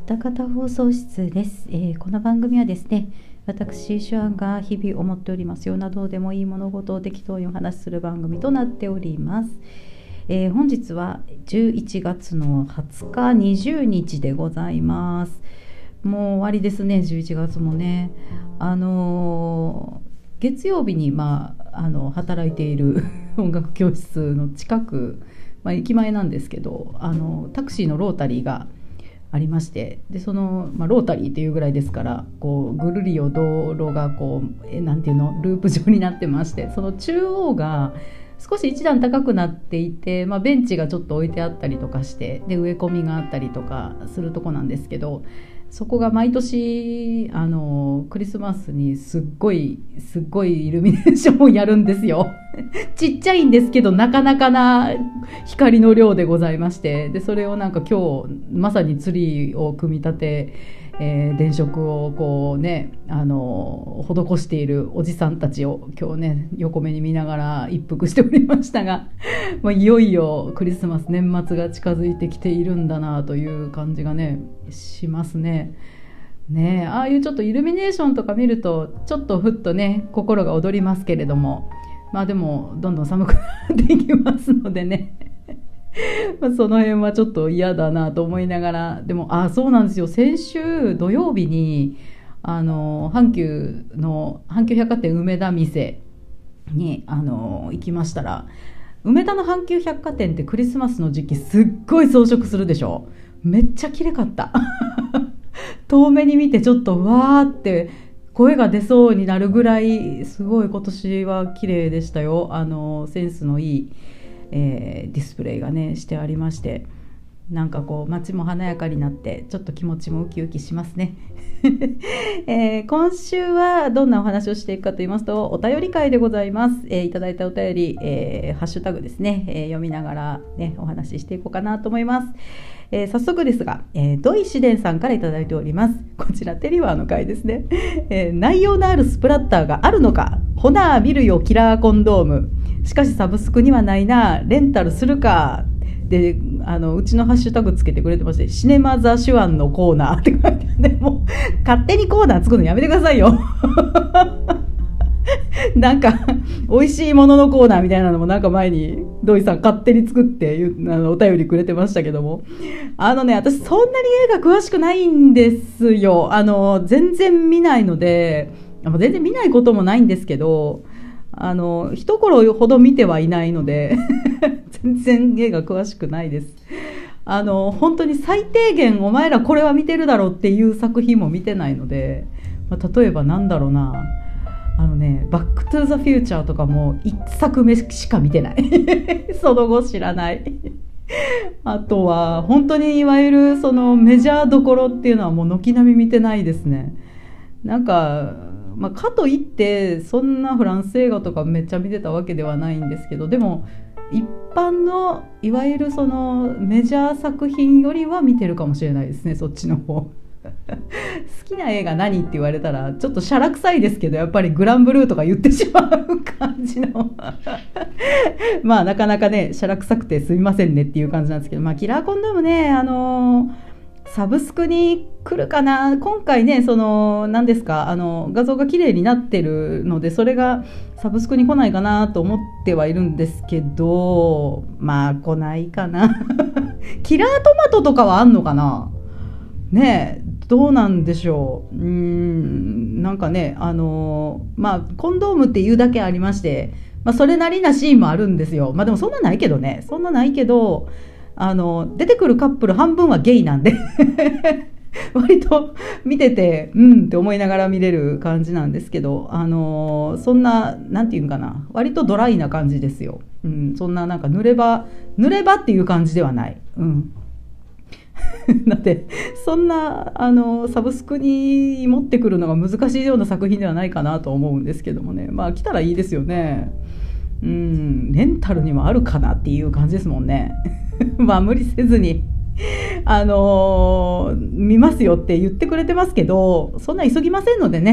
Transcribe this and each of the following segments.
たかた放送室です。この番組はですね、私シュアンが日々思っておりますようなどうでもいい物事を適当にお話しする番組となっております。本日は11月の20日20日でございます。もう終わりですね、11月もね。月曜日に、働いている音楽教室の近く、駅前なんですけど、タクシーのロータリーがありまして、でその、ロータリーっていうぐらいですから、こうぐるりを道路がこうなんていうの、ループ状になってまして、その中央が少し一段高くなっていて、ベンチがちょっと置いてあったりとかして、で植え込みがあったりとかするとこなんですけど、そこが毎年クリスマスにすっごいイルミネーションをやるんですよ。ちっちゃいんですけどなかなかな光の量でございまして、でそれをなんか今日まさにツリーを組み立て、電飾をこうね施しているおじさんたちを今日ね横目に見ながら一服しておりましたが、いよいよクリスマス年末が近づいてきているんだなという感じがねしますね。ああいうちょっとイルミネーションとか見るとちょっとふっとね心が躍りますけれども、でもどんどん寒くなっていきますのでねその辺はちょっと嫌だなと思いながら、でもそうなんですよ、先週土曜日に阪急百貨店梅田店に行きましたら、梅田の阪急百貨店ってクリスマスの時期すっごい装飾するでしょ。めっちゃ綺麗かった遠目に見てちょっとわーって声が出そうになるぐらいすごい今年は綺麗でしたよ。センスのいいディスプレイがねしてありまして、なんかこう街も華やかになってちょっと気持ちもウキウキしますね、今週はどんなお話をしていくかと言いますと、お便り会でございます。いただいたお便り、ハッシュタグですね、読みながら、ね、お話ししていこうかなと思います。早速ですが、土井紫伝さんからいただいております。こちらテリワーの回ですね、内容のあるスプラッターがあるのか、ほな見るよキラーコンドーム、しかしサブスクにはないな、レンタルするかで、うちのハッシュタグつけてくれてまして、シネマザ手腕のコーナーって書いてあって、もう勝手にコーナー作るのやめてくださいよなんか美味しいもののコーナーみたいなのもなんか前に土井さん勝手に作ってお便りくれてましたけども、私そんなに映画詳しくないんですよ。全然見ないので、全然見ないこともないんですけど、一頃ほど見てはいないので全然映画詳しくないです。本当に最低限お前らこれは見てるだろうっていう作品も見てないので、例えばなんだろうな、バックトゥーザフューチャーとかも1作目しか見てないその後知らないあとは本当にいわゆるそのメジャーどころっていうのはもう軒並み見てないですね。なんかかといってそんなフランス映画とかめっちゃ見てたわけではないんですけど、でも一般のいわゆるそのメジャー作品よりは見てるかもしれないですね、そっちの方好きな映画何って言われたらちょっとシャラ臭いですけど、やっぱりグランブルーとか言ってしまう感じのなかなかねシャラ臭くてすみませんねっていう感じなんですけど、キラーコンドームね、サブスクに来るかな。今回ね、何ですか、画像が綺麗になってるので、それがサブスクに来ないかなと思ってはいるんですけど、来ないかなキラートマトとかはあんのかなね。どうなんでしょう。なんかね、コンドームっていうだけありまして、それなりなシーンもあるんですよ。でもそんなないけどね、出てくるカップル半分はゲイなんで割と見ててって思いながら見れる感じなんですけど、そんななんていうかな、割とドライな感じですよ。そんななんか濡れ場っていう感じではない。だってそんなサブスクに持ってくるのが難しいような作品ではないかなと思うんですけどもね、来たらいいですよね。レンタルにもあるかなっていう感じですもんね無理せずに見ますよって言ってくれてますけど、そんな急ぎませんのでね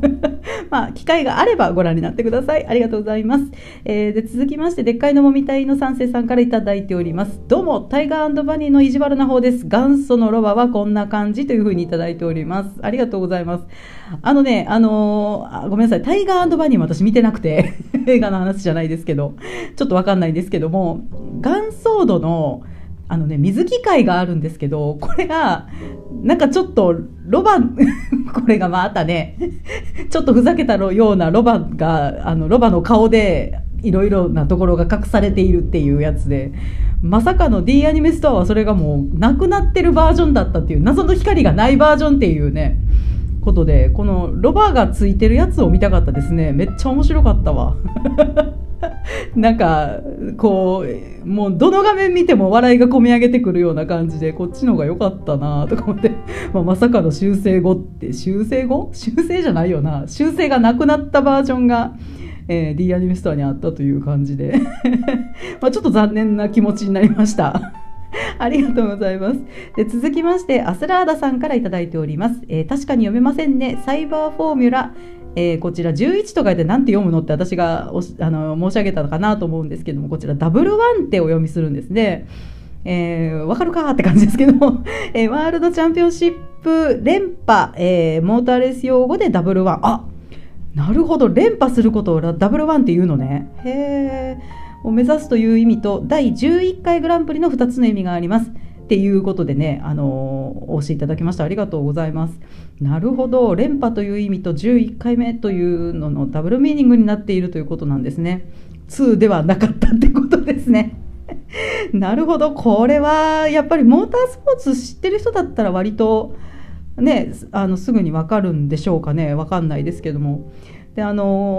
まあ機会があればご覧になってください。ありがとうございます。で続きまして、でっかいのもみたいの三世さんからいただいております。どうもタイガー&バニーの意地悪な方です。元祖のロバはこんな感じというふうにいただいております。ありがとうございます。ごめんなさい、タイガー&バニーも私見てなくて映画の話じゃないですけど、ちょっとわかんないんですけども、元祖度の水機械があるんですけど、これがなんかちょっとロバこれがまたねちょっとふざけたようなロバがロバの顔でいろいろなところが隠されているっていうやつで、まさかの D アニメストアはそれがもうなくなってるバージョンだったっていう、謎の光がないバージョンっていうねことで、このロバがついてるやつを見たかったですね。めっちゃ面白かったわなんかこうもうどの画面見ても笑いがこみ上げてくるような感じで、こっちの方が良かったなとか思って、まさかの修正後って、修正じゃないよな、修正がなくなったバージョンが、D アニメストアにあったという感じでちょっと残念な気持ちになりましたありがとうございます。で続きまして、アスラーダさんからいただいております。確かに読めませんね、サイバーフォーミュラ。こちら11と書いて何て読むのって私が申し上げたのかなと思うんですけども、こちらダブルワンってお読みするんですね。わかるかって感じですけども、ワールドチャンピオンシップ連覇、モーターレース用語でダブルワン。あ、なるほど、連覇することをダブルワンっていうのね。へー、を目指すという意味と第11回グランプリの2つの意味がありますっていうことでね、お教えいただきました。ありがとうございます。なるほど、連覇という意味と11回目というののダブルミーニングになっているということなんですね。2ではなかったってことですねなるほど、これはやっぱりモータースポーツ知ってる人だったら割とね、すぐに分かるんでしょうかね。分かんないですけども、でイ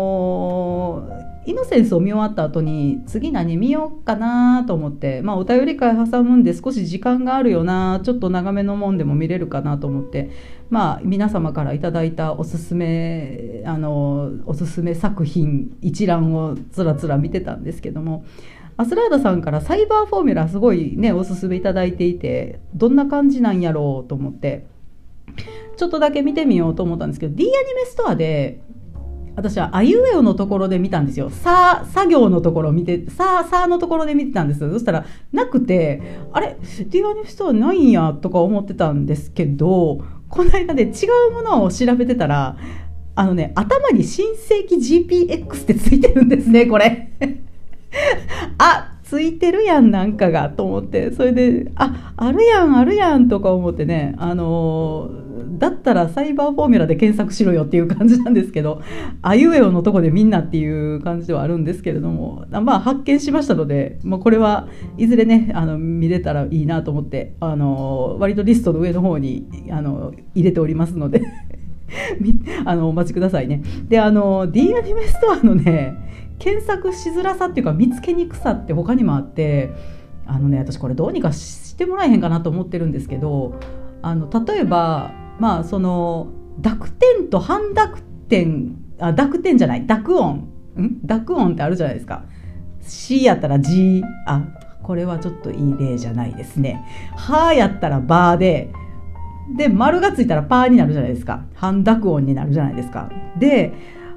ノセンスを見終わった後に次何見ようかなと思って、お便り会挟むんで少し時間があるよな、ちょっと長めのもんでも見れるかなと思って、皆様からいただいたおすすめ作品一覧をつらつら見てたんですけども、アスラーダさんからサイバーフォーミュラすごいねおすすめいただいていて、どんな感じなんやろうと思ってちょっとだけ見てみようと思ったんですけど、 D アニメストアで私はあいうえおのところで見たんですよ。作業のところを見て、のところで見てたんです。そしたらなくて、あれ D アニメストアないんやとか思ってたんですけど、この間で違うものを調べてたら、頭に新世紀 GPX ってついてるんですね、これあ、ついてるやんなんかがと思って、それであるやんとか思ってね、だったらサイバーフォーミュラで検索しろよっていう感じなんですけど、あいうえおのとこでみんなっていう感じではあるんですけれども、発見しましたので、これはいずれね見れたらいいなと思って、割とリストの上の方に入れておりますのでお待ちくださいね。でD アニメストアのね検索しづらさっていうか見つけにくさって他にもあって、私これどうにかしてもらえへんかなと思ってるんですけど、例えばその濁点と半濁点、濁点じゃない濁音ってあるじゃないですか。 C やったら G、 これはちょっといい例じゃないですね。はやったらバーで丸がついたらパーになるじゃないですか。半濁音になるじゃないですか。で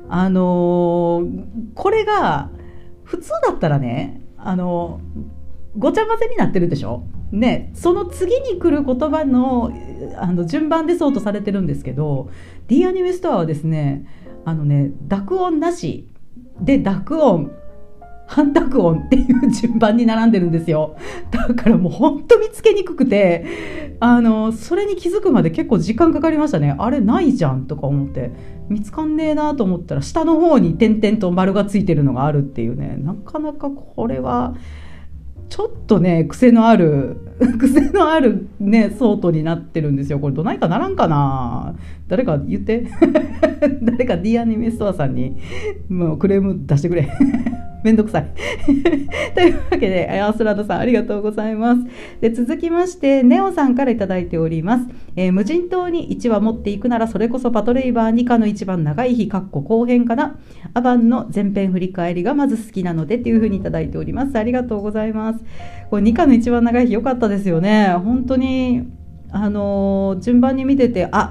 これが普通だったらねごちゃ混ぜになってるでしょね。その次に来る言葉の順番でそうとされてるんですけど、 D アニメストアはですね濁音なしで濁音半濁音っていう順番に並んでるんですよ。だからもうほんと見つけにくくて、それに気づくまで結構時間かかりましたね。あれないじゃんとか思って見つかんねえなと思ったら、下の方に点々と丸がついてるのがあるっていうね、なかなかこれはちょっとね癖のあるねソートになってるんですよ。これどないかならんかな、誰か言って誰か D アニメストアさんにもうクレーム出してくれめんどくさいというわけでアスラーダさんありがとうございます。で続きましてネオさんからいただいております。無人島に1話持っていくならそれこそパトレイバー2課の一番長い日後編かな。アバンの前編振り返りがまず好きなのでっていうふうにいただいております。ありがとうございます。これ2課の一番長い日良かったですよね。本当に順番に見てて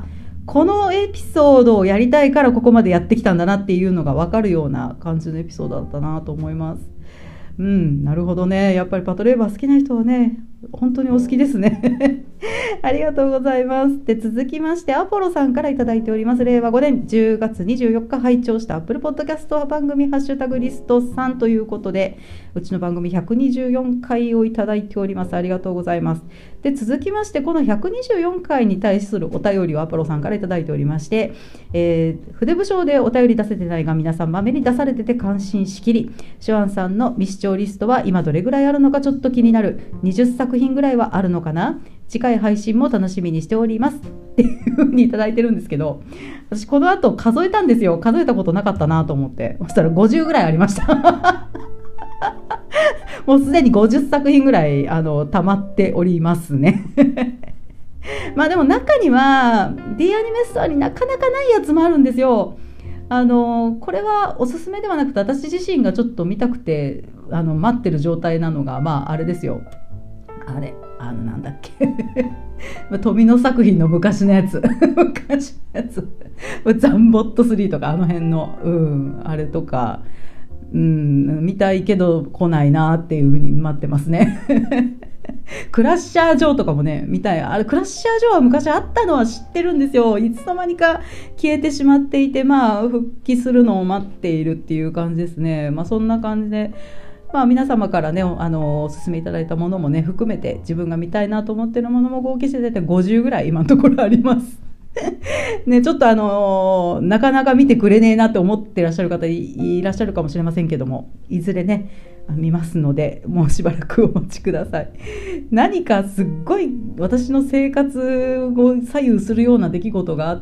このエピソードをやりたいからここまでやってきたんだなっていうのが分かるような感じのエピソードだったなと思います。なるほどね。やっぱりパトレーバー好きな人はね、本当にお好きですね。ありがとうございます。で、続きまして、アポロさんからいただいております。令和5年10月24日拝聴したアップルポッドキャスト番組ハッシュタグリスト3ということで、うちの番組124回をいただいております。ありがとうございます。で、続きまして、この124回に対するお便りをアポロさんからいただいておりまして、筆部賞でお便り出せてないが皆さんまめに出されてて感心しきり、シュワンさんの未視聴リストは今どれぐらいあるのかちょっと気になる。20作品ぐらいはあるのかな。次回配信も楽しみにしておりますっていう風にいただいてるんですけど、私この後数えたんですよ。数えたことなかったなと思って、そしたら50ぐらいありましたもうすでに50作品ぐらい溜まっておりますねまあでも中には D アニメストアになかなかないやつもあるんですよ。これはおすすめではなくて、私自身がちょっと見たくて待ってる状態なのが、まああれですよ。あれなんだっけ富野作品の昔のやつ昔のやつザンボット3とかあの辺の、あれとか、見たいけど来ないなっていう風に待ってますねクラッシャージョーとかもね見たい。あれクラッシャージョーは昔あったのは知ってるんですよ。いつの間にか消えてしまっていて、まあ復帰するのを待っているっていう感じですね。まあそんな感じで、まあ、皆様からねお勧めいただいたものもね含めて、自分が見たいなと思っているものも合計して大体50ぐらい今のところありますね、ちょっとなかなか見てくれねえなって思ってらっしゃる方 いらっしゃるかもしれませんけども、いずれね見ますので、もうしばらくお待ちください。何かすっごい私の生活を左右するような出来事があって、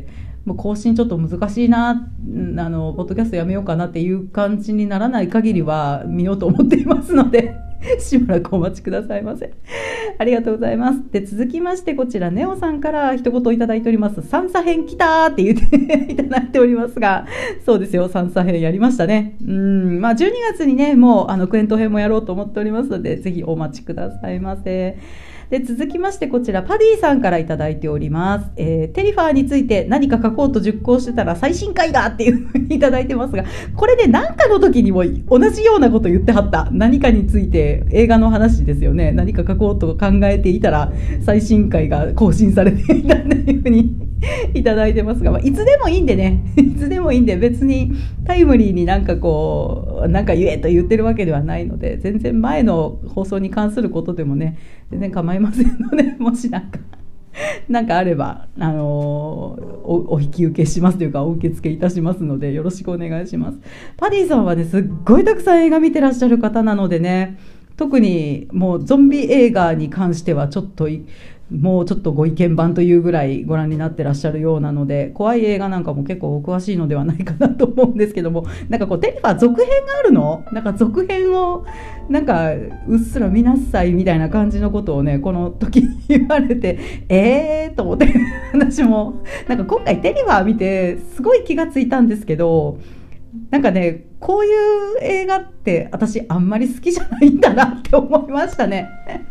もう更新ちょっと難しいな、ポッドキャストやめようかなっていう感じにならない限りは見ようと思っていますのでしばらくお待ちくださいませ。ありがとうございます。で、続きましてこちらネオさんから一言いただいております。三叉編来たーって言っていただいておりますが、そうですよ、三叉編やりましたね。まあ12月にねもうクエント編もやろうと思っておりますので、ぜひお待ちくださいませ。で、続きましてこちらパディさんからいただいております。テリファーについて何か書こうと熟考してたら最新回だっていうふうにいただいてますが、これで何かの時にも同じようなこと言ってはった。何かについて映画の話ですよね。何か書こうと考えていたら最新回が更新されていたっていうふうにいただいてますが、まあ、いつでもいいんでねいつでもいいんで、別にタイムリーになんかこうなんか言えと言ってるわけではないので、全然前の放送に関することでもね全然構いませんので、もしなんかあればお引き受けしますというか、お受け付けいたしますのでよろしくお願いします。パディさんはねすっごいたくさん映画見てらっしゃる方なのでね、特にもうゾンビ映画に関してはもうちょっとご意見番というぐらいご覧になってらっしゃるようなので、怖い映画なんかも結構お詳しいのではないかなと思うんですけども、なんかこうテリファ続編があるの？なんか続編をなんかうっすら見なさいみたいな感じのことをねこの時に言われてと思って私もなんか今回テリファ見てすごい気がついたんですけど、なんかねこういう映画って私あんまり好きじゃないんだなって思いましたね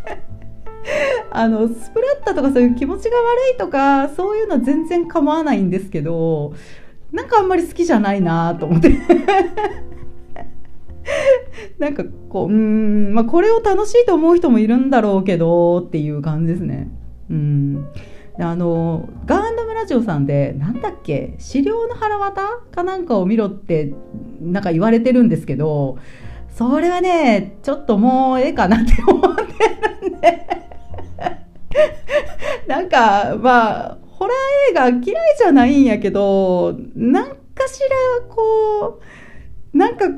スプラッタとかそういう気持ちが悪いとかそういうの全然構わないんですけど、なんかあんまり好きじゃないなと思ってなんかこうまあ、これを楽しいと思う人もいるんだろうけどっていう感じですね。ガーンダムラジオさんでなんだっけ、資料の腹渡かなんかを見ろってなんか言われてるんですけど、それはねちょっともうええかなって思ってるんでなんかまあホラー映画嫌いじゃないんやけど、なんかしらこうなんか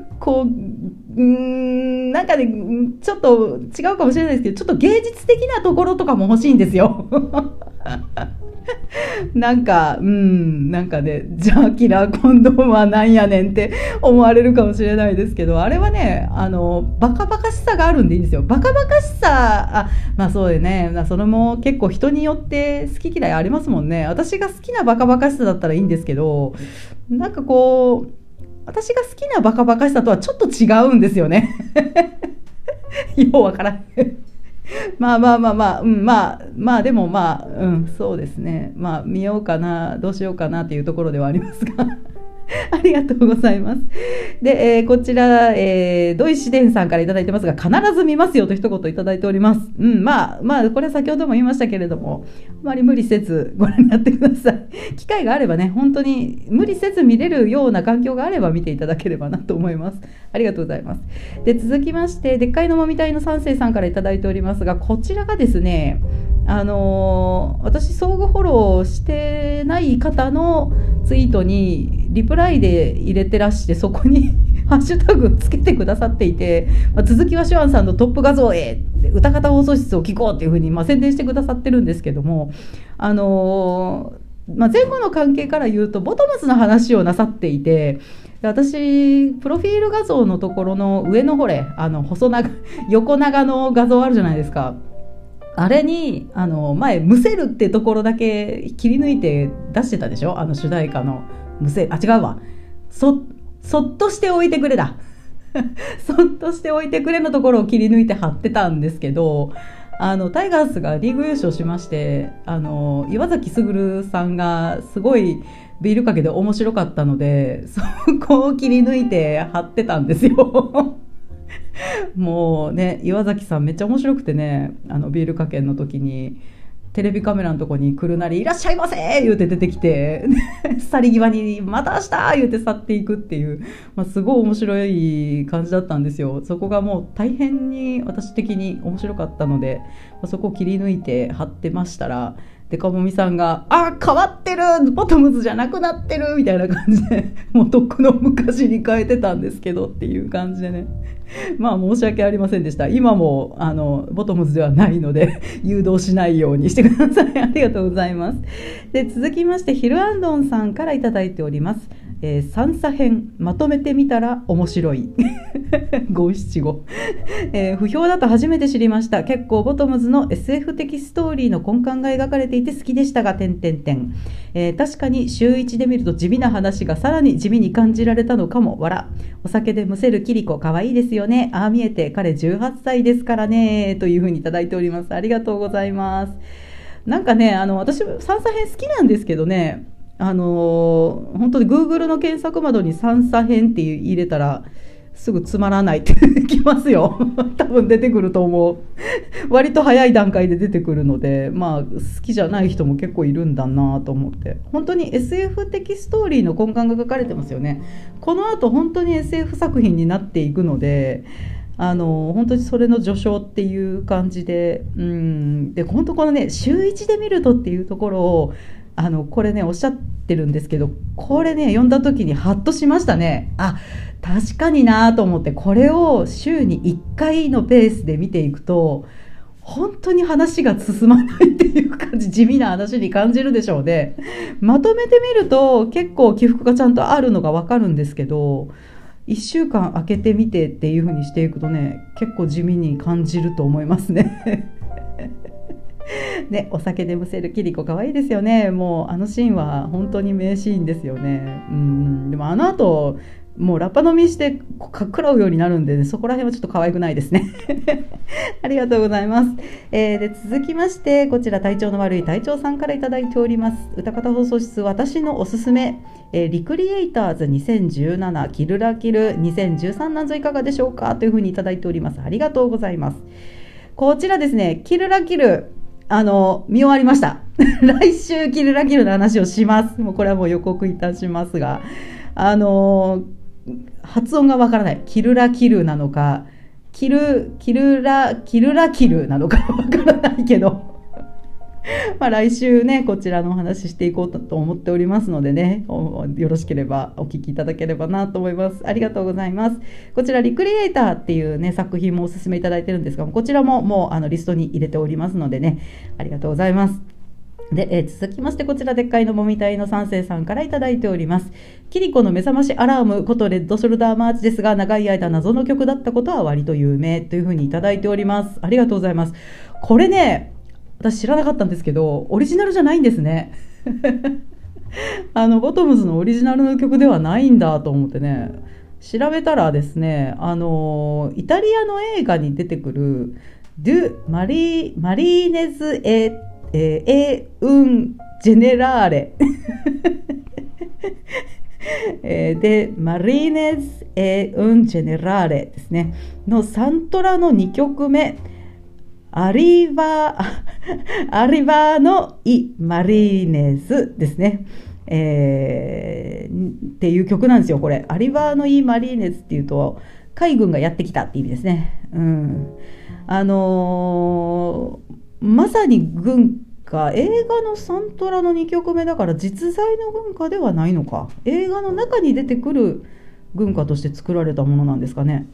ねちょっと違うかもしれないですけど、ちょっと芸術的なところとかも欲しいんですよなんかね、じゃあキラーコンドームはなんやねんって思われるかもしれないですけど、あれはねバカバカしさがあるんでいいんですよ。バカバカしさ、まあそうでね、それも結構人によって好き嫌いありますもんね。私が好きなバカバカしさだったらいいんですけど、なんかこう私が好きなバカバカしさとはちょっと違うんですよねようわからんまあまあまあまあ、うん、まあまあでもまあ、うん、そうですね。まあ見ようかな、どうしようかなっていうところではありますが。ありがとうございます。で、こちら、土井紫伝さんからいただいてますが、必ず見ますよと一言いただいております。うん、まあ、まあ、これは先ほども言いましたけれども、あまり無理せずご覧になってください。機会があればね、本当に無理せず見れるような環境があれば見ていただければなと思います。ありがとうございます。で、続きまして、でっかいのもみたいの三世さんからいただいておりますが、こちらがですね、私相互フォローしてない方のツイートにリプライで入れてらして、そこにハッシュタグつけてくださっていて、続きはシュアンさんのトップ画像へ歌方放送室を聞こうっていうふうに、宣伝してくださってるんですけども、前後の関係から言うとボトムズの話をなさっていて、私プロフィール画像のところの上の方で細長横長の画像あるじゃないですか。あれに前むせるってところだけ切り抜いて出してたでしょ、主題歌のむせ、違うわ、そっとしておいてくれだそっとしておいてくれのところを切り抜いて貼ってたんですけど、タイガースがリーグ優勝しまして、岩崎優さんがすごいビールかけで面白かったので、そこを切り抜いて貼ってたんですよもうね、岩崎さんめっちゃ面白くてね、ビールかけの時にテレビカメラのとこに来るなりいらっしゃいませ言うて出てきて去り際にまた明日言うて去っていくっていう、すごい面白い感じだったんですよ。そこがもう大変に私的に面白かったので、そこを切り抜いて貼ってましたら、でかもみさんが変わってる、ボトムズじゃなくなってるみたいな感じで、もうとっくの昔に変えてたんですけどっていう感じでね、申し訳ありませんでした。今もボトムズではないので誘導しないようにしてください。ありがとうございます。で、続きましてヒルアンドンさんからいただいております。三叉編まとめてみたら面白い五七五、不評だと初めて知りました。結構ボトムズの SF 的ストーリーの根幹が描かれていて好きでしたが、確かに週1で見ると地味な話がさらに地味に感じられたのかも。お酒でむせるキリコ可愛いですよね。ああ見えて彼18歳ですからね、というふうにいただいております。ありがとうございます。なんかね、私三叉編好きなんですけどね、本当に Google の検索窓に三叉編って入れたらすぐつまらないってきますよ多分出てくると思う割と早い段階で出てくるので、好きじゃない人も結構いるんだなと思って、本当に SF 的ストーリーの根幹が書かれてますよね。この後本当に SF 作品になっていくので、本当にそれの序章っていう感じで、で本当このね、週1で見るとっていうところをこれねおっしゃってるんですけど、これね読んだ時にハッとしましたね。確かになと思って、これを週に1回のペースで見ていくと本当に話が進まないっていう感じ、地味な話に感じるでしょうね。まとめてみると結構起伏がちゃんとあるのが分かるんですけど、1週間空けてみてっていう風にしていくとね、結構地味に感じると思いますねね、お酒でむせるキリコ可愛いですよね。もうシーンは本当に名シーンですよね。でも後もうラッパ飲みしてかっくらうようになるんで、ね、そこら辺はちょっと可愛くないですねありがとうございます。で続きまして、こちら体調の悪い隊長さんからいただいております。歌方放送室私のおすすめ、リクリエイターズ2017キルラキル2013なんぞいかがでしょうかというふうにいただいております。ありがとうございます。こちらですね、キルラキル見終わりました来週キルラキルの話をします。もうこれはもう予告いたしますが、発音がわからない、キルラキルなのかキルラキルなのかわからないけど来週ねこちらのお話ししていこうと思っておりますのでね、よろしければお聞きいただければなと思います。ありがとうございます。こちらリクリエイターっていうね作品もおすすめいただいてるんですが、こちらももうリストに入れておりますのでね、ありがとうございます。で、続きましてこちらでっかいのもみたいの三世さんからいただいております。キリコの目覚ましアラームことレッドショルダーマーチですが、長い間謎の曲だったことは割と有名というふうにいただいております。ありがとうございます。これね私知らなかったんですけど、オリジナルじゃないんですねボトムズのオリジナルの曲ではないんだと思ってね、調べたらですね、イタリアの映画に出てくるマリーネズウンジェネラーレでマリーネズウンジェネラーレですねのサントラの2曲目アリバーのイマリーネズですね、っていう曲なんですよ。これアリバーのイマリーネズっていうと海軍がやってきたって意味ですね。まさに軍歌、映画のサントラの2曲目だから実在の軍歌ではないのか、映画の中に出てくる軍歌として作られたものなんですかね。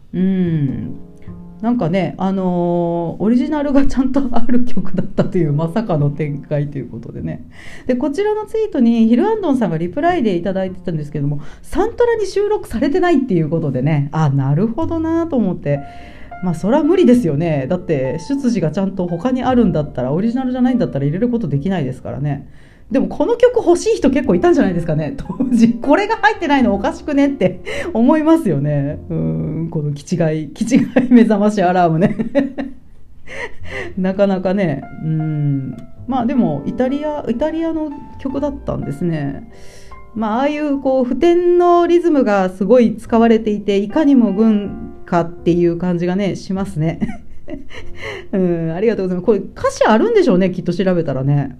なんかね、オリジナルがちゃんとある曲だったというまさかの展開ということでね。でこちらのツイートにヒルアンドンさんがリプライでいただいてたんですけども、サントラに収録されてないっていうことでね、なるほどなと思って、それは無理ですよね。だって出自がちゃんと他にあるんだったら、オリジナルじゃないんだったら入れることできないですからね。でもこの曲欲しい人結構いたんじゃないですかね、当時。これが入ってないのおかしくねって思いますよね。この気違い目覚ましアラームねなかなかね。でもイタリアの曲だったんですね。ああいう古典のリズムがすごい使われていて、いかにも軍歌っていう感じがねしますねありがとうございます。これ歌詞あるんでしょうね、きっと調べたらね。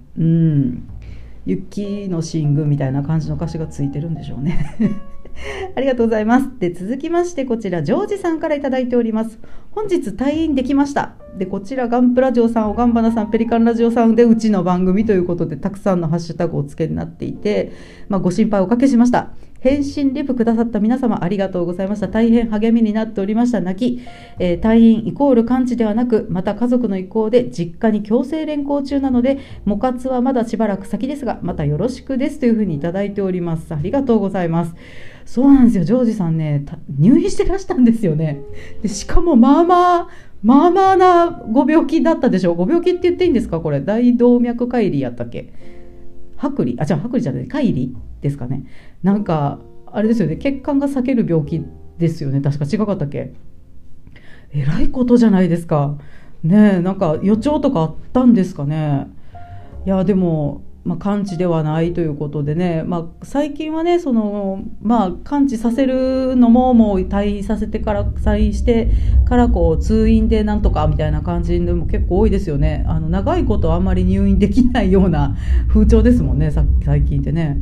雪の進軍みたいな感じの歌詞がついてるんでしょうねありがとうございます。で続きまして、こちらジョージさんからいただいております。本日退院できました。でこちらガンプラジオさん、おがんばなさん、ペリカンラジオさんでうちの番組ということでたくさんのハッシュタグをつけになっていて、ご心配おかけしました。返信リプくださった皆様ありがとうございました。大変励みになっておりました。泣き、退院イコール完治ではなく、また家族の意向で実家に強制連行中なので、も活はまだしばらく先ですが、またよろしくですというふうにいただいております。ありがとうございます。そうなんですよ、ジョージさんね、入院してらしたんですよね。でしかもまあまあなご病気だったでしょう。ご病気って言っていいんですか、これ。大動脈解離やったっけ、剥離じゃない解離ですかね。なんかあれですよね、血管が裂ける病気ですよね、確か。違かったっけ。えらいことじゃないですかね。なんか予兆とかあったんですかね。いやでも完治ではないということでね、最近はね完治させるのももう退院してから通院でなんとかみたいな感じでも結構多いですよね。長いことあんまり入院できないような風潮ですもんね、最近ってね。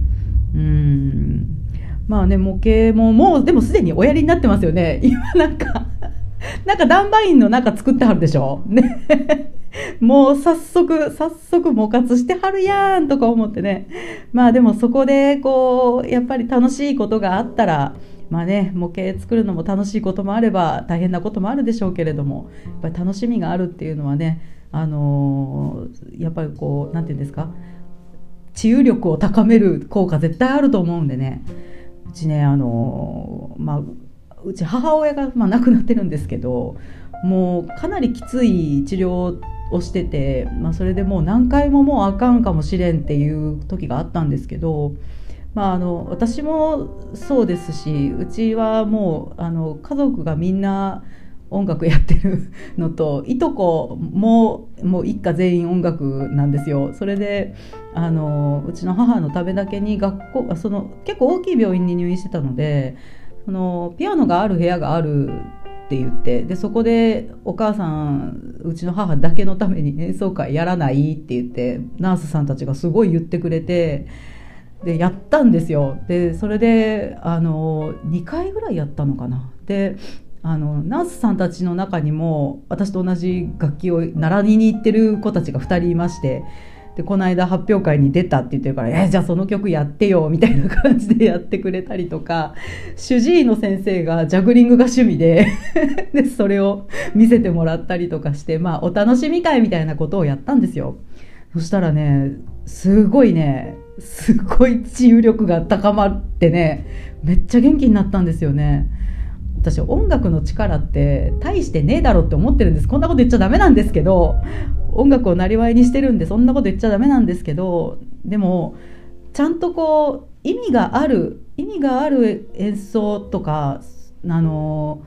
模型もでもすでにおやりになってますよね。今なんかダンバインの作ってはるでしょねもう早速模活してはるやんとか思ってね。でもそこでやっぱり楽しいことがあったら模型作るのも楽しいこともあれば大変なこともあるでしょうけれども、やっぱり楽しみがあるっていうのはね、やっぱりなんていうんですか、治癒力を高める効果絶対あると思うんでね。うちねうち母親が亡くなってるんですけど、もうかなりきつい治療をしてて、それでもう何回ももうあかんかもしれんっていう時があったんですけど、私もそうですし、うちはもう家族がみんな音楽やってるのと、いとこも一家全員音楽なんですよ。それでうちの母のためだけに結構大きい病院に入院してたので、ピアノがある部屋があるって言って、でそこでお母さん、うちの母だけのために演奏会やらないって言って、ナースさんたちがすごい言ってくれて、でやったんですよ。でそれで2回ぐらいやったのかな。でナースさんたちの中にも私と同じ楽器を習いに行ってる子たちが2人いまして、でこの間発表会に出たって言ってるからじゃあその曲やってよみたいな感じでやってくれたりとか、主治医の先生がジャグリングが趣味ででそれを見せてもらったりとかして、お楽しみ会みたいなことをやったんですよ。そしたらね、すごい治癒力が高まってね、めっちゃ元気になったんですよね。私音楽の力って大してねえだろって思ってるんです。こんなこと言っちゃダメなんですけど、音楽をなりわいにしてるんでそんなこと言っちゃダメなんですけど、でもちゃんと意味がある演奏とか、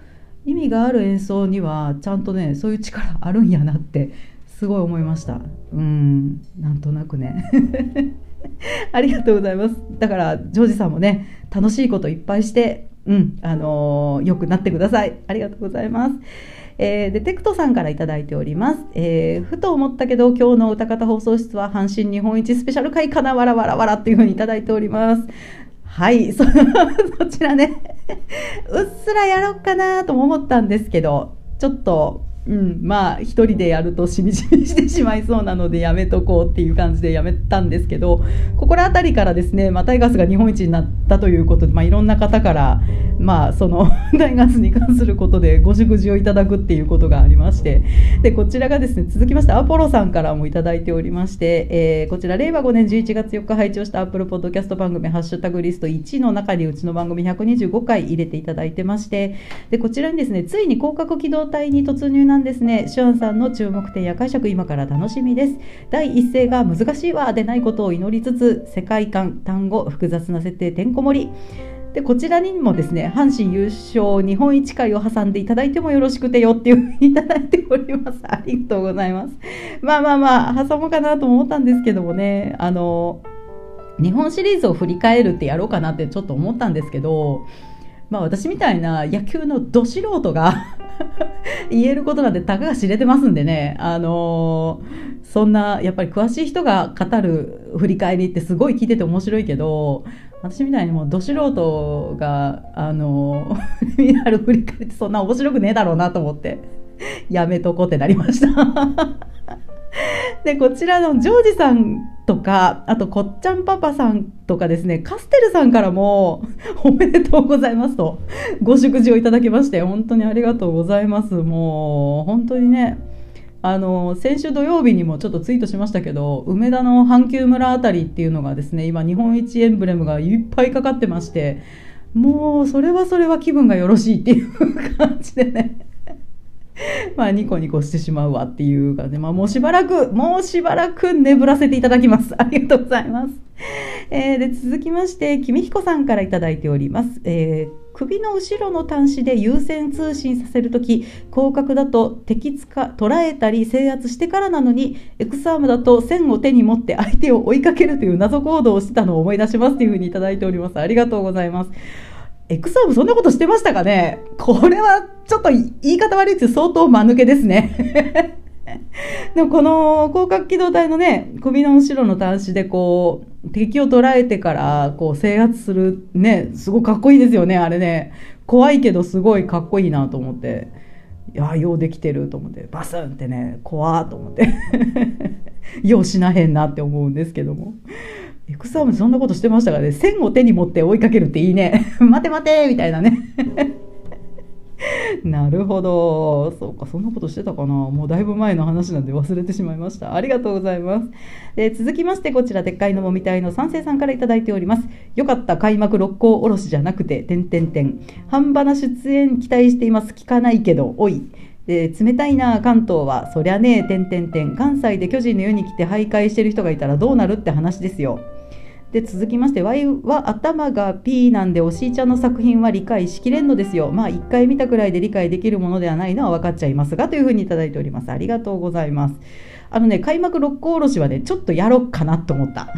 意味がある演奏にはちゃんとねそういう力あるんやなってすごい思いました。なんとなくねありがとうございます。だからジョージさんもね楽しいこといっぱいして、良くなってください。ありがとうございます。でテクトさんからいただいております。ふと思ったけど今日の歌方放送室は阪神日本一スペシャル回かなわらわらわらっていう風にいただいております。はい、そちらねうっすらやろうかなとも思ったんですけど、ちょっとまあ一人でやるとしみじみしてしまいそうなのでやめとこうっていう感じでやめたんですけど、ここら辺りからですね、タイガースが日本一になったということで、いろんな方からそのタイガースに関することでご祝辞をいただくっていうことがありまして、でこちらがですね続きましてアポロさんからもいただいておりまして、こちら令和5年11月4日配置をしたアップルポッドキャスト番組ハッシュタグリスト1の中にうちの番組125回入れていただいてまして、でこちらにですねついに広角機動隊に突入なんですね。シュアンさんの注目点や解釈今から楽しみです。第一声が難しいわでないことを祈りつつ、世界観単語複雑な設定てんこ盛りで、こちらにもですね阪神優勝日本一回を挟んでいただいてもよろしくてよっていうふうにいただいております。ありがとうございます。挟もうかなと思ったんですけどもね、日本シリーズを振り返るってやろうかなってちょっと思ったんですけど、私みたいな野球のど素人が言えることなんてたかが知れてますんでね、そんなやっぱり詳しい人が語る振り返りってすごい聞いてて面白いけど、私みたいにもうど素人がやる振り返りってそんな面白くねえだろうなと思ってやめとこうってなりましたでこちらのジョージさんとか、あとこっちゃんパパさんとかですね、カステルさんからもおめでとうございますとご祝辞をいただきまして、本当にありがとうございます。もう本当にね、先週土曜日にもちょっとツイートしましたけど、梅田の阪急村あたりっていうのがですね今日本一エンブレムがいっぱいかかってまして、もうそれは気分がよろしいっていう感じでねニコニコしてしまうわっていうかね、もうしばらく眠らせていただきます。ありがとうございます。で続きまして君彦さんからいただいております。首の後ろの端子で有線通信させるとき、広角だと捉えたり制圧してからなのに、エクスアームだと線を手に持って相手を追いかけるという謎行動をしてたのを思い出しますというふうにいただいております。ありがとうございます。エクサーブそんなことしてましたかね。これはちょっと言い方悪いですけど相当間抜けですねでもこの広角機動隊のね首の後ろの端子でこう敵を捉えてからこう制圧するね、すごいかっこいいですよね。あれね怖いけどすごいかっこいいなと思って、いやようできてると思って、バスンってね怖ーと思ってようしなへんなって思うんですけども、エクサームそんなことしてましたからね。線を手に持って追いかけるっていいね待て待てみたいなねなるほど、そうか、そんなことしてたかな。もうだいぶ前の話なんで忘れてしまいました。ありがとうございます。続きましてこちらでっかいのもみたいの三世さんからいただいております。よかった、開幕六甲おろしじゃなくて半ばな出演期待しています。聞かないけどおい、冷たいな関東は。そりゃね関西で巨人の世に来て徘徊してる人がいたらどうなるって話ですよ。で続きまして、ワイは頭が P なんでおしいちゃんの作品は理解しきれんのですよ。1回見たくらいで理解できるものではないのは分かっちゃいますがというふうにいただいております。ありがとうございます。開幕六甲おろしはねちょっとやろっかなと思った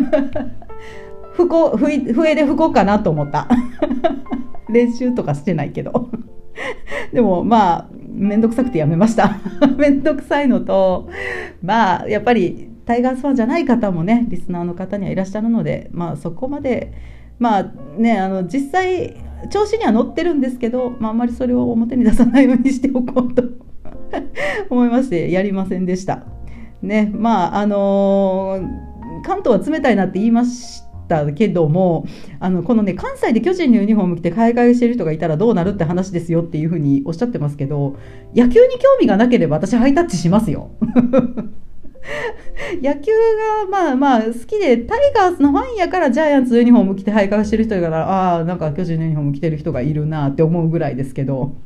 笛で吹こうかなと思った練習とかしてないけどでもめんどくさくてやめましためんどくさいのと、やっぱりタイガースファンじゃない方もねリスナーの方にはいらっしゃるので、そこまで実際調子には乗ってるんですけど、あんまりそれを表に出さないようにしておこうと思いましてやりませんでしたね。関東は冷たいなって言いましたけども、このね関西で巨人のユニフォーム着て海外してる人がいたらどうなるって話ですよっていうふうにおっしゃってますけど、野球に興味がなければ私ハイタッチしますよ野球が好きでタイガースのファンやからジャイアンツユニフォーム着て徘徊してる人だから、なんか巨人のユニフォーム着てる人がいるなって思うぐらいですけど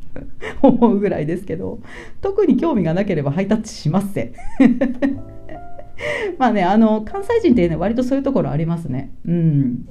特に興味がなければハイタッチしますせ関西人ってね割とそういうところありますね。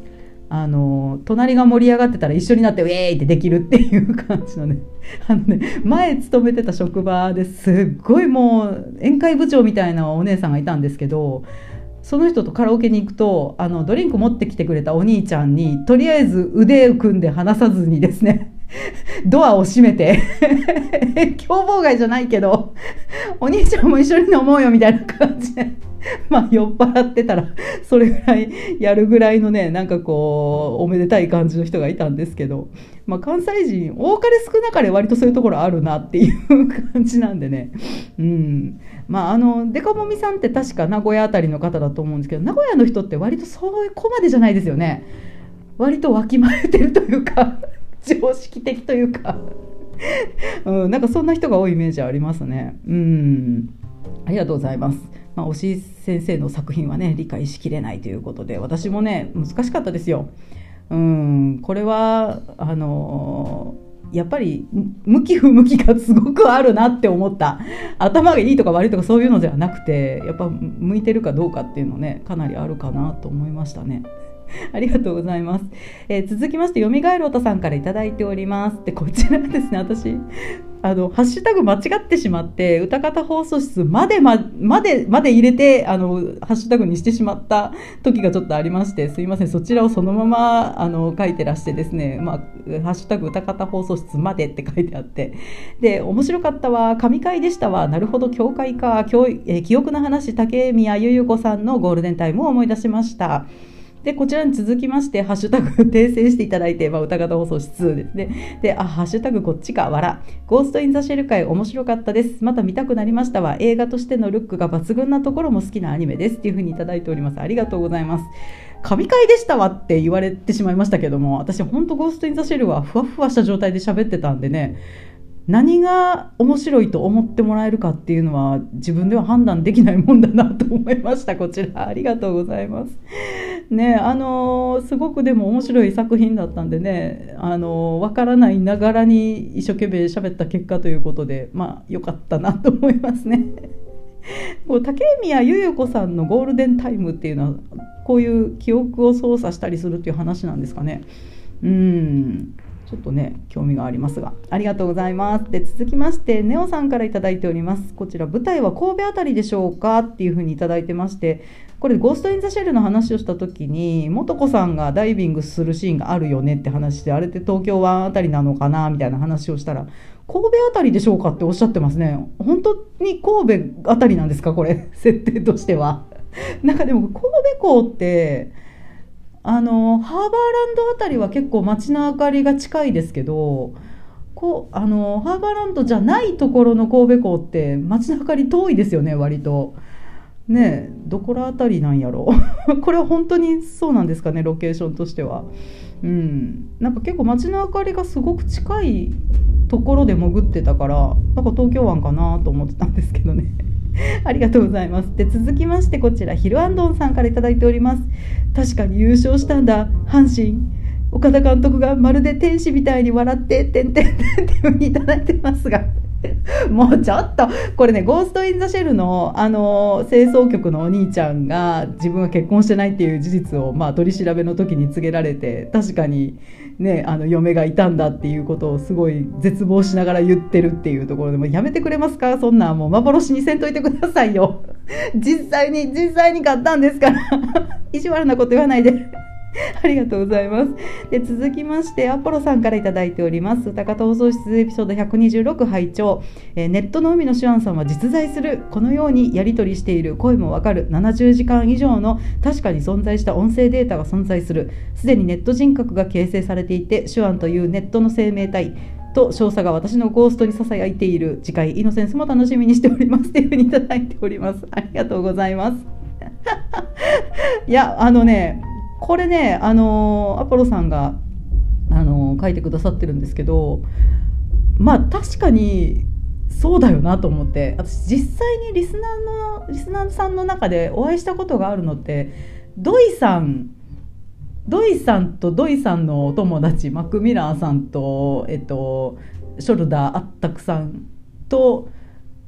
隣が盛り上がってたら一緒になってウェーイってできるっていう感じのね前勤めてた職場ですっごいもう宴会部長みたいなお姉さんがいたんですけど、その人とカラオケに行くとドリンク持ってきてくれたお兄ちゃんにとりあえず腕を組んで離さずにですねドアを閉めて凶暴害じゃないけどお兄ちゃんも一緒に飲もうよみたいな感じでまあ酔っ払ってたらそれぐらいやるぐらいのね、なんかこうおめでたい感じの人がいたんですけど、まあ、関西人多かれ少なかれ割とそういうところあるなっていう感じなんでね、まあデカモミさんって確か名古屋あたりの方だと思うんですけど、名古屋の人って割とそういう子までじゃないですよね。割とわきまえてるというか常識的というかなんかそんな人が多いイメージありますね。ありがとうございます。推し先生の作品はね理解しきれないということで、私もね難しかったですよ。これはやっぱり向き不向きがすごくあるなって思った。頭がいいとか悪いとかそういうのではなくて、やっぱ向いてるかどうかっていうのねかなりあるかなと思いましたね。ありがとうございます。続きましてよみがえるおとさんからいただいております。でこちらですね、私ハッシュタグ間違ってしまって歌方放送室まで入れてハッシュタグにしてしまった時がちょっとありまして、すいません、そちらをそのまま書いてらしてですね、ハッシュタグ歌方放送室までって書いてあって、で面白かったわ、神回でしたわ、なるほど教会か、記憶の話、竹宮ゆゆ子さんのゴールデンタイムを思い出しました。でこちらに続きましてハッシュタグ訂正していただいて、歌方放送室ですね。でハッシュタグこっちかわら、ゴーストインザシェル会面白かったです、また見たくなりましたわ、映画としてのルックが抜群なところも好きなアニメですっていう風にいただいております。ありがとうございます。神回でしたわって言われてしまいましたけども、私本当ゴーストインザシェルはふわふわした状態で喋ってたんでね、何が面白いと思ってもらえるかっていうのは自分では判断できないもんだなと思いました。こちらありがとうございますね。すごくでも面白い作品だったんでね、わからないながらに一生懸命喋った結果ということで、良かったなと思いますね竹宮ゆゆ子さんのゴールデンタイムっていうのはこういう記憶を操作したりするっていう話なんですかね。ちょっとね興味がありますが、ありがとうございます。で続きましてネオさんからいただいております。こちら舞台は神戸あたりでしょうかっていうふうにいただいてまして、これゴーストインザシェルの話をした時に素子さんがダイビングするシーンがあるよねって話で、あれって東京湾あたりなのかなみたいな話をしたら、神戸あたりでしょうかっておっしゃってますね。本当に神戸あたりなんですかこれ設定としてはなんかでも神戸港ってハーバーランドあたりは結構街の明かりが近いですけど、ハーバーランドじゃないところの神戸港って街の明かり遠いですよね割とね。どこらあたりなんやろこれは本当にそうなんですかね、ロケーションとしては。なんか結構街の明かりがすごく近いところで潜ってたから、なんか東京湾かなと思ってたんですけどねありがとうございます。で続きましてこちらヒルアンドンさんからいただいております。確かに優勝したんだ阪神、岡田監督がまるで天使みたいに笑ってっていう風にいただいてますがもうちょっとこれね、ゴーストインザシェルの清掃局のお兄ちゃんが自分は結婚してないっていう事実を取り調べの時に告げられて、確かにね嫁がいたんだっていうことをすごい絶望しながら言ってるっていうところで、もやめてくれますか、そんなんもう幻にせんといてくださいよ実際に勝ったんですから意地悪なこと言わないでありがとうございます。で続きましてアポロさんからいただいております。歌方放送室エピソード126拝聴、ネットの海のシュアンさんは実在する、このようにやり取りしている、声もわかる、70時間以上の確かに存在した音声データが存在する、すでにネット人格が形成されていて、シュアンというネットの生命体と少佐が私のゴーストにささやいている、次回イノセンスも楽しみにしておりますというふうにいただいております。ありがとうございますいやこれねアポロさんが書いてくださってるんですけど、確かにそうだよなと思って、私実際にリスナーさんの中でお会いしたことがあるのってドイさんとドイさんのお友達マクミラーさんとショルダーアッタクさんと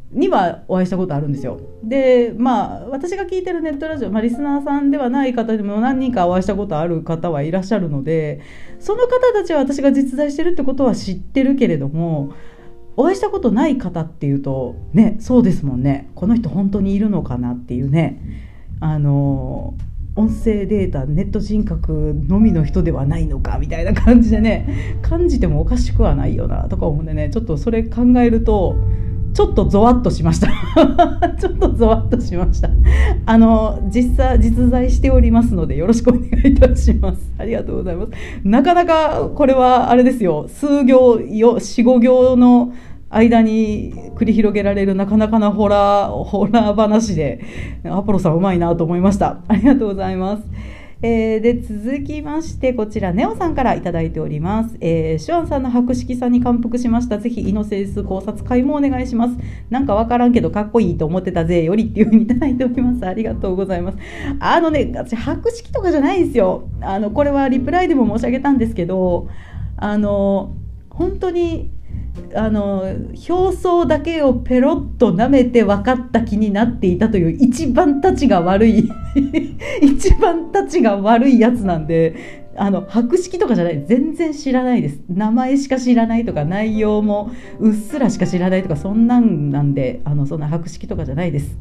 にはお会いしたことあるんですよ。で私が聞いてるネットラジオ、リスナーさんではない方でも何人かお会いしたことある方はいらっしゃるので、その方たちは私が実在してるってことは知ってるけれども、お会いしたことない方っていうとね、そうですもんね、この人本当にいるのかなっていうね、音声データネット人格のみの人ではないのかみたいな感じでね、感じてもおかしくはないよなとか思うんでね、ちょっとそれ考えるとちょっとゾワッとしましたちょっとゾワッとしました。実在しておりますのでよろしくお願いいたします。ありがとうございます。なかなかこれはあれですよ、数行よ 4,5 行の間に繰り広げられるなかなかなホラー話で、アポロさんうまいなと思いました。ありがとうございます。で続きましてこちらネオさんからいただいております。シュアンさんの博識さんに感服しました。ぜひイノセンス考察会もお願いします。なんかわからんけどかっこいいと思ってたぜよりっていう風にいただいております。ありがとうございます。私博識とかじゃないんですよ。これはリプライでも申し上げたんですけど、本当に表層だけをペロッと舐めて分かった気になっていたという一番たちが悪い一番たちが悪いやつなんで、博識とかじゃない、全然知らないです。名前しか知らないとか内容もうっすらしか知らないとかそんなんで、そんな博識とかじゃないです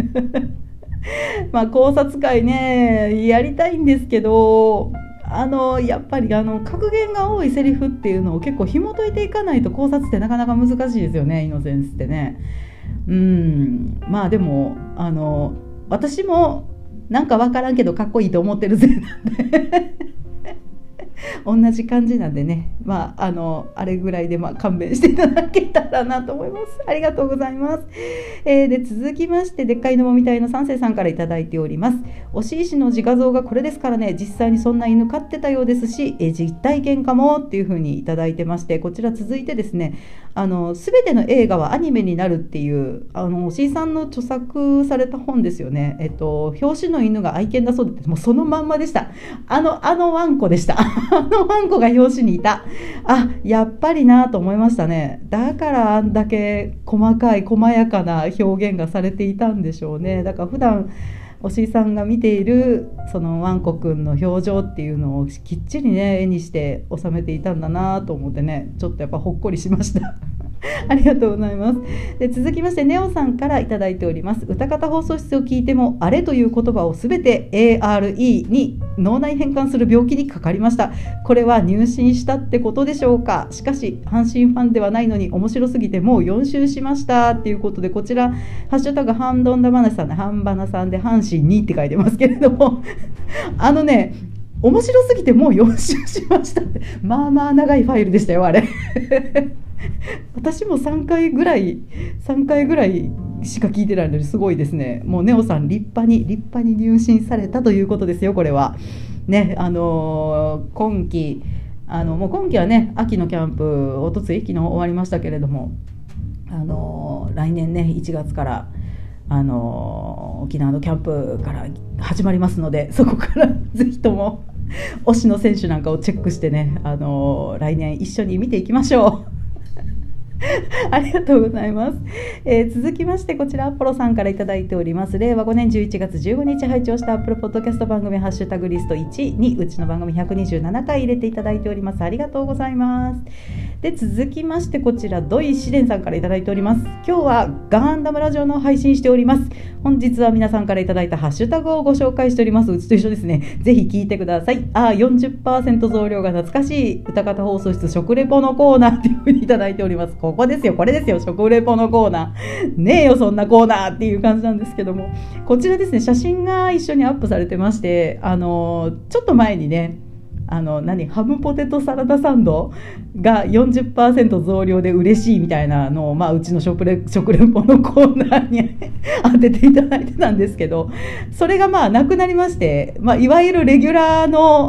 考察会ねやりたいんですけど、やっぱり格言が多いセリフっていうのを結構紐解いていかないと考察ってなかなか難しいですよね、イノセンスってね。でも私もなんか分からんけどかっこいいと思ってるぜなんで同じ感じなんでね、あれぐらいで勘弁していただけたらなと思います。ありがとうございます。で続きましてでっかいのもみたいの三世さんからいただいております。押石の自画像がこれですからね、実際にそんな犬飼ってたようですし、実体験かもっていう風にいただいてまして、こちら続いてですね、全ての映画はアニメになるっていう押石さんの著作された本ですよね。表紙の犬が愛犬だそうで、もうそのまんまでした。あのワンコでしたあのワンコが表紙にいた。やっぱりなと思いましたね。だからあんだけ細やかな表現がされていたんでしょうね。だから普段押井さんが見ているそのワンコくんの表情っていうのをきっちりね絵にして収めていたんだなと思ってね、ちょっとやっぱほっこりしましたありがとうございます。で続きましてネオさんからいただいております。歌方放送室を聞いてもあれという言葉をすべて ARE に脳内変換する病気にかかりました。これは入信したってことでしょうか。しかし阪神ファンではないのに面白すぎてもう4周しましたっていうことで、こちらハッシュタグハンドンダ話さんでハンバナさんで阪神にって書いてますけれども面白すぎてもう4周しましたって長いファイルでしたよあれ私も3回ぐらいしか聞いてないのにすごいですね。もうネオさん立派に入信されたということですよこれはね。今期もう今期はね秋のキャンプおとつい昨日終わりましたけれども、来年ね1月から沖縄のキャンプから始まりますので、そこからぜひとも推しの選手なんかをチェックしてね、来年一緒に見ていきましょうありがとうございます。続きましてこちらアポロさんからいただいております。令和5年11月15日配聴したアップルポッドキャスト番組ハッシュタグリスト1にうちの番組127回入れていただいております。ありがとうございます。で続きましてこちら土井紫蓮さんからいただいております。今日はガンダムラジオの配信しております。本日は皆さんからいただいたハッシュタグをご紹介しております。うちと一緒ですね。ぜひ聞いてください。40% 増量が懐かしい歌方放送室食レポのコーナーっていう風にいただいております。これですよ食レポのコーナーねえよそんなコーナーっていう感じなんですけども、こちらですね写真が一緒にアップされてまして、ちょっと前にねハムポテトサラダサンドが 40% 増量で嬉しいみたいなのを、うちの食レポのコーナーに当てていただいてたんですけど、それがなくなりまして、いわゆるレギュラー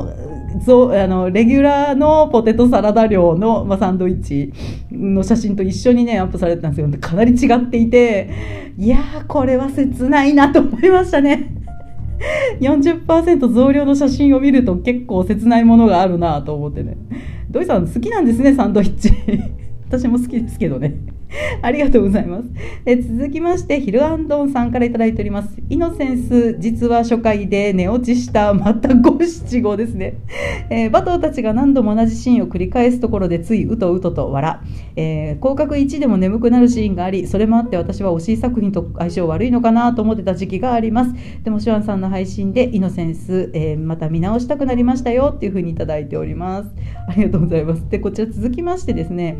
のポテトサラダ量の、サンドイッチの写真と一緒にねアップされてたんですけど、かなり違っていて、いやーこれは切ないなと思いましたね40% 増量の写真を見ると結構切ないものがあるなと思ってね。土井さん好きなんですねサンドイッチ私も好きですけどねありがとうございます。続きまして、ヒルアンドンさんからいただいております。イノセンス、実は初回で寝落ちした、また五七五ですね。バトーたちが何度も同じシーンを繰り返すところでついうとうとと笑。広角1でも眠くなるシーンがあり、それもあって私は推し作品と相性悪いのかなと思ってた時期があります。でもシュワンさんの配信でイノセンス、また見直したくなりましたよっていうふうにいただいております。ありがとうございます。で、こちら続きましてですね、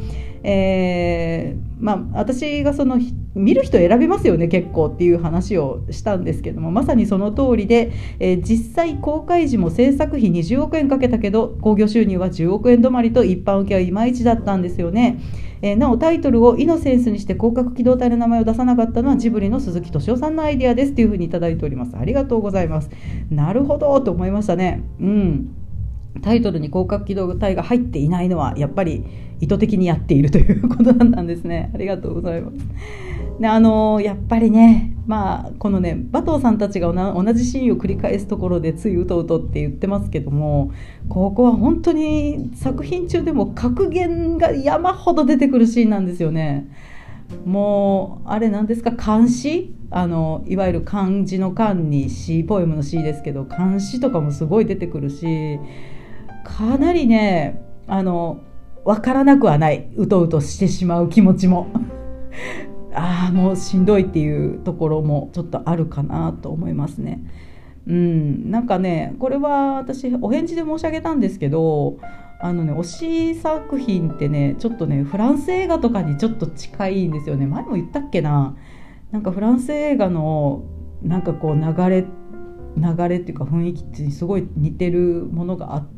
私が見る人選びますよね結構っていう話をしたんですけども、まさにその通りで、実際公開時も制作費20億円かけたけど興行収入は10億円止まりと一般受けはいまいちだったんですよね。なおタイトルをイノセンスにして広角機動隊の名前を出さなかったのはジブリの鈴木敏夫さんのアイデアですというふうにいただいております。ありがとうございます。なるほどと思いましたね。タイトルに広角機動隊が入っていないのはやっぱり意図的にやっているということだったんですね。ありがとうございます。でやっぱりね、このねバトーさんたちが同じシーンを繰り返すところでついうとうとって言ってますけども、ここは本当に作品中でも格言が山ほど出てくるシーンなんですよね。もうあれなんですか、漢詩、いわゆる漢字の漢に詩、ポエムの詩ですけど漢詩とかもすごい出てくるし、かなりね分からなくはない、うとうとしてしまう気持ちももうしんどいっていうところもちょっとあるかなと思いますね。なんかね、これは私お返事で申し上げたんですけど、推し作品ってねちょっとねフランス映画とかにちょっと近いんですよね。前も言ったっけな、なんかフランス映画のなんかこう流れっていうか雰囲気ってすごい似てるものがあって、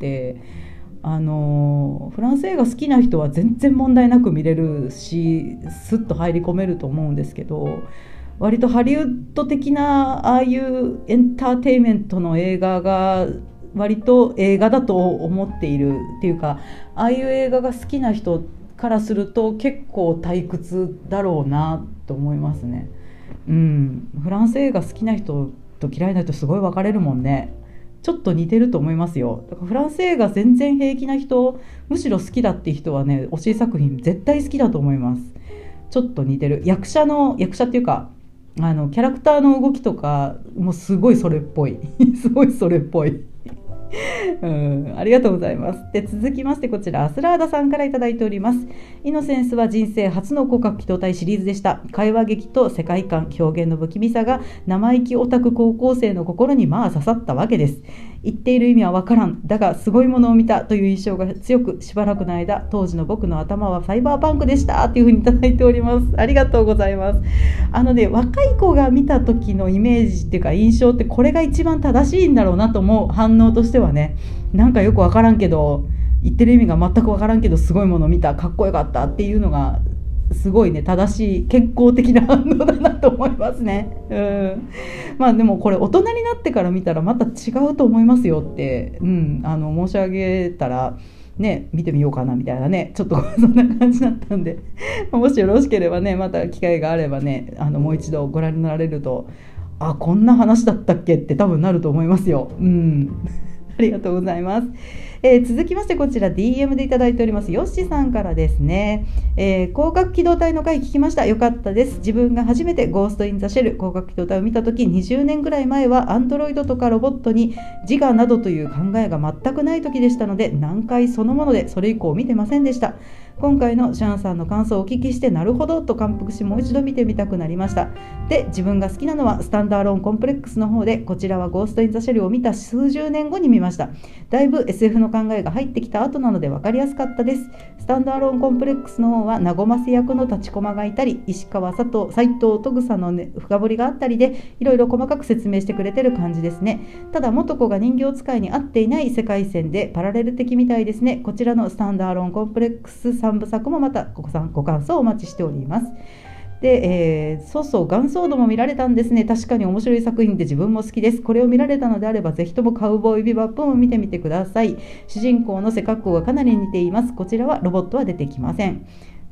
フランス映画好きな人は全然問題なく見れるしスッと入り込めると思うんですけど、割とハリウッド的なああいうエンターテインメントの映画が割と映画だと思っているっていうか、ああいう映画が好きな人からすると結構退屈だろうなと思いますね。フランス映画好きな人と嫌いな人すごい分かれるもんね。ちょっと似てると思いますよ。だからフランス映画全然平気な人、むしろ好きだっていう人はね推し作品絶対好きだと思います。ちょっと似てる、役者っていうかキャラクターの動きとかもすごいそれっぽいすごいそれっぽいありがとうございます。で、続きましてこちらアスラーダさんからいただいております。イノセンスは人生初の広角機動隊シリーズでした。会話劇と世界観、表現の不気味さが生意気オタク高校生の心に刺さったわけです。言っている意味はわからん、だがすごいものを見たという印象が強く、しばらくの間当時の僕の頭はサイバーパンクでしたというふうにいただいております。ありがとうございます。若い子が見た時のイメージっていうか印象ってこれが一番正しいんだろうなと思う。反応としてはね、なんかよくわからんけど言ってる意味が全くわからんけどすごいものを見た、かっこよかったっていうのがすごいね正しい健康的な反応だなと思いますね。でもこれ大人になってから見たらまた違うと思いますよって、申し上げたらね、見てみようかなみたいなね、ちょっとそんな感じだったんでもしよろしければね、また機会があればねもう一度ご覧になられると、こんな話だったっけって多分なると思いますよ。ありがとうございます。続きましてこちら DM でいただいておりますヨッシーさんからですね、広角機動隊の回聞きました。よかったです。自分が初めてゴーストインザシェル広角機動隊を見た時、20年ぐらい前はアンドロイドとかロボットに自我などという考えが全くない時でしたので、難解そのものでそれ以降見てませんでした。今回のシャンさんの感想をお聞きしてなるほどと感服し、もう一度見てみたくなりました。で、自分が好きなのはスタンダーローンコンプレックスの方で、こちらはゴーストインザシェルを見た数十年後に見ました。だいぶ SF の考えが入ってきた後なので分かりやすかったです。スタンダーローンコンプレックスの方は和ます役の立ちこまがいたり、石川佐藤斎藤戸草の、深掘りがあったりで、いろいろ細かく説明してくれてる感じですね。ただ元子が人形使いに合っていない世界線でパラレル的みたいですね。こちらのスタンダーローンコンプレックス3部作もまたご感想をお待ちしております。で、ガンソードも見られたんですね。確かに面白い作品で自分も好きです。これを見られたのであればぜひともカウボーイビバップも見てみてください。主人公の背格好がかなり似ています。こちらはロボットは出てきません。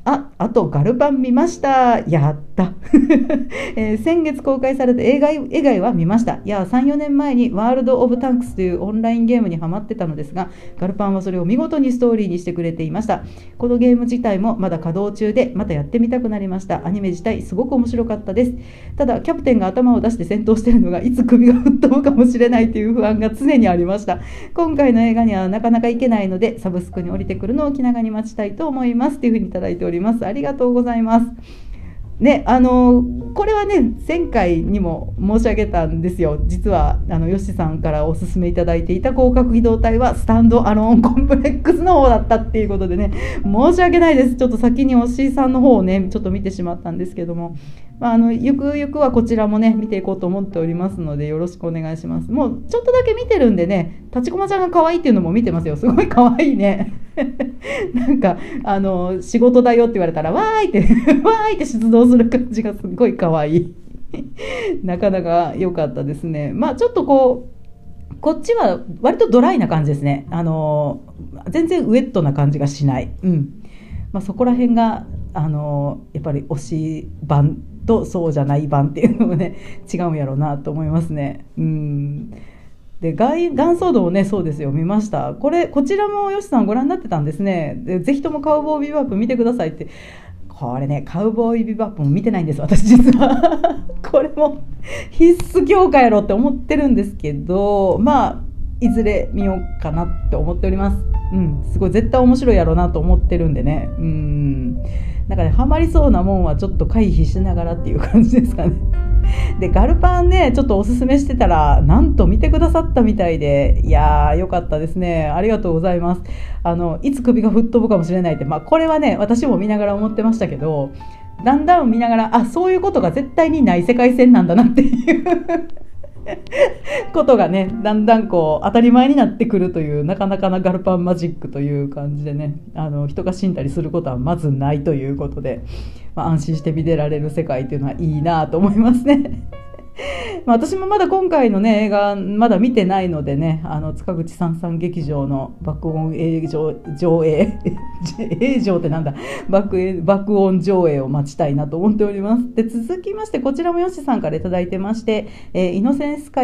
あとガルパン見ました。やった先月公開された映画は見ました。いや、3、4年前にワールド・オブ・タンクスというオンラインゲームにハマってたのですが、ガルパンはそれを見事にストーリーにしてくれていました。このゲーム自体もまだ稼働中で、またやってみたくなりました。アニメ自体すごく面白かったです。ただ、キャプテンが頭を出して戦闘しているのがいつ首が吹っ飛ぶかもしれないという不安が常にありました。今回の映画にはなかなか行けないので、サブスクに降りてくるのを気長に待ちたいと思いますというふうにいただいております。ありがとうございます。ね、これはね、前回にも申し上げたんですよ。実はヨシさんからお勧めいただいていた広角機動隊はスタンドアローンコンプレックスの方だったっていうことでね、申し訳ないです。ちょっと先におしさんの方をねちょっと見てしまったんですけども、ゆくゆくはこちらもね見ていこうと思っておりますので、よろしくお願いします。もうちょっとだけ見てるんでね、立ちこまちゃんが可愛いっていうのも見てますよ。すごい可愛いねなんか仕事だよって言われたらわーいってわーいって出動する感じがすごい可愛いなかなか良かったですね。ちょっとこっちは割とドライな感じですね。全然ウェットな感じがしない、そこら辺がやっぱり推し版とそうじゃない版っていうのもね違うんやろうなと思いますね。で元祖道をね、そうですよ、見ました。こちらもよしさんご覧になってたんですね。でぜひともカウボーイビバップ見てくださいって。これね、カウボーイビバップも見てないんです私実はこれも必須強化やろって思ってるんですけど、いずれ見ようかなって思っております。すごい絶対面白いやろうなと思ってるんでね。なんかね、ハマりそうなもんはちょっと回避しながらっていう感じですかね。でガルパンね、ちょっとおすすめしてたらなんと見てくださったみたいで、いやーよかったですね。ありがとうございます。いつ首が吹っ飛ぶかもしれないって、これはね私も見ながら思ってましたけど、だんだん見ながらそういうことが絶対にない世界線なんだなっていうことがね、だんだん当たり前になってくるという、なかなかなガルパンマジックという感じでね、人が死んだりすることはまずないということで、安心して見てられる世界っていうのはいいなと思いますね私もまだ今回のね映画まだ見てないのでね、塚口三三劇場の爆音上映映像ってなんだ、爆音上映を待ちたいなと思っております。で続きまして、こちらもよしさんからいただいてまして、イノセンス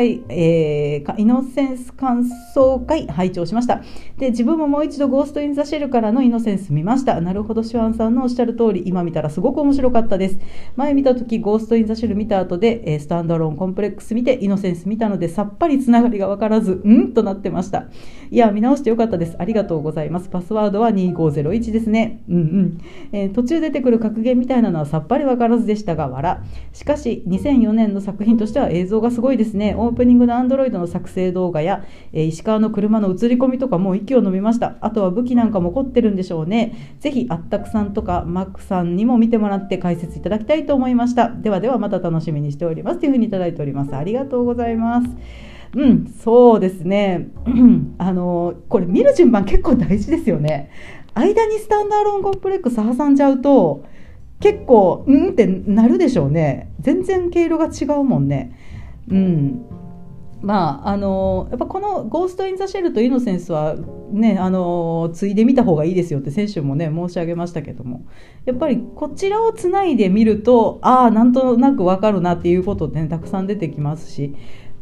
感想会拝聴しました。で自分ももう一度ゴーストインザシェルからのイノセンス見ました。なるほど、シュワンさんのおっしゃる通り、今見たらすごく面白かったです。前見た時ゴーストインザシェル見た後でスタンドアローンコンプレックス見てイノセンス見たので、さっぱりつながりが分からずとなってました。いや見直してよかったです。ありがとうございます。パスワードは2501ですね。途中出てくる格言みたいなのはさっぱり分からずでしたが笑。しかし2004年の作品としては映像がすごいですね。オープニングのアンドロイドの作成動画や、石川の車の映り込みとかも息を飲みました。あとは武器なんかも凝ってるんでしょうね。ぜひあったくさんとかマックさんにも見てもらって解説いただきたいと思いました。ではではまた楽しみにしておりますというふうにいただいております。ありがとうございます。そうですねこれ見る順番結構大事ですよね。間にスタンドアローンコンプレックス挟んじゃうと結構ってなるでしょうね。全然毛色が違うもんね。やっぱこのゴーストインザシェルとイノセンスはね、ついで見た方がいいですよって先週もね申し上げましたけども、やっぱりこちらをつないで見るとなんとなくわかるなっていうことってねたくさん出てきますし、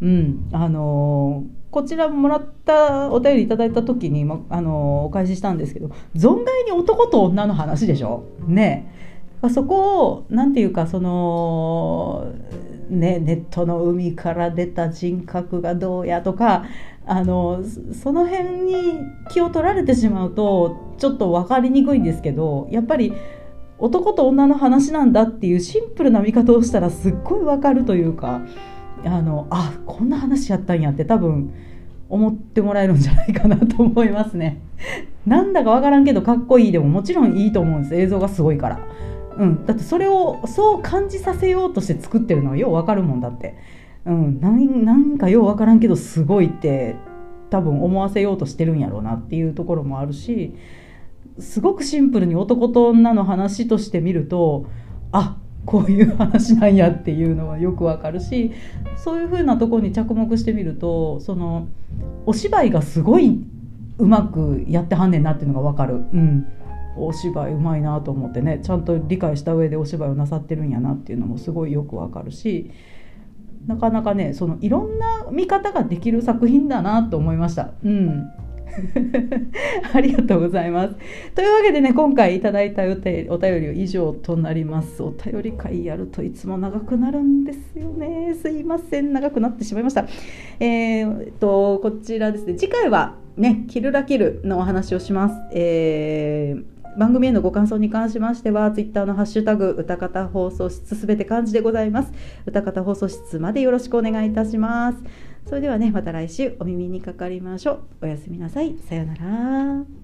こちらもらったお便りいただいた時にもお返ししたんですけど、存外に男と女の話でしょね。そこをなんていうかネットの海から出た人格がどうやとかその辺に気を取られてしまうとちょっと分かりにくいんですけど、やっぱり男と女の話なんだっていうシンプルな見方をしたらすっごい分かるというか、こんな話やったんやって多分思ってもらえるんじゃないかなと思いますね。なんだか分からんけどかっこいいでももちろんいいと思うんです。映像がすごいから。だってそれをそう感じさせようとして作ってるのはよう分かるもんだって、なんかよう分からんけどすごいって多分思わせようとしてるんやろうなっていうところもあるし、すごくシンプルに男と女の話として見るとこういう話なんやっていうのはよく分かるし、そういう風なところに着目してみるとそのお芝居がすごいうまくやってはんねんなっていうのが分かる。 お芝居うまいなと思ってね、ちゃんと理解した上でお芝居をなさってるんやなっていうのもすごいよくわかるし、なかなかねそのいろんな見方ができる作品だなと思いました。ありがとうございます。というわけでね、今回いただいたお便りは以上となります。お便り会やるといつも長くなるんですよね。すいません、長くなってしまいました。こちらですね、次回はね、キルラキルのお話をします。番組へのご感想に関しましては、ツイッターのハッシュタグ歌方放送室、すべて漢字でございます。歌方放送室までよろしくお願いいたします。それではね、また来週お耳にかかりましょう。おやすみなさい。さようなら。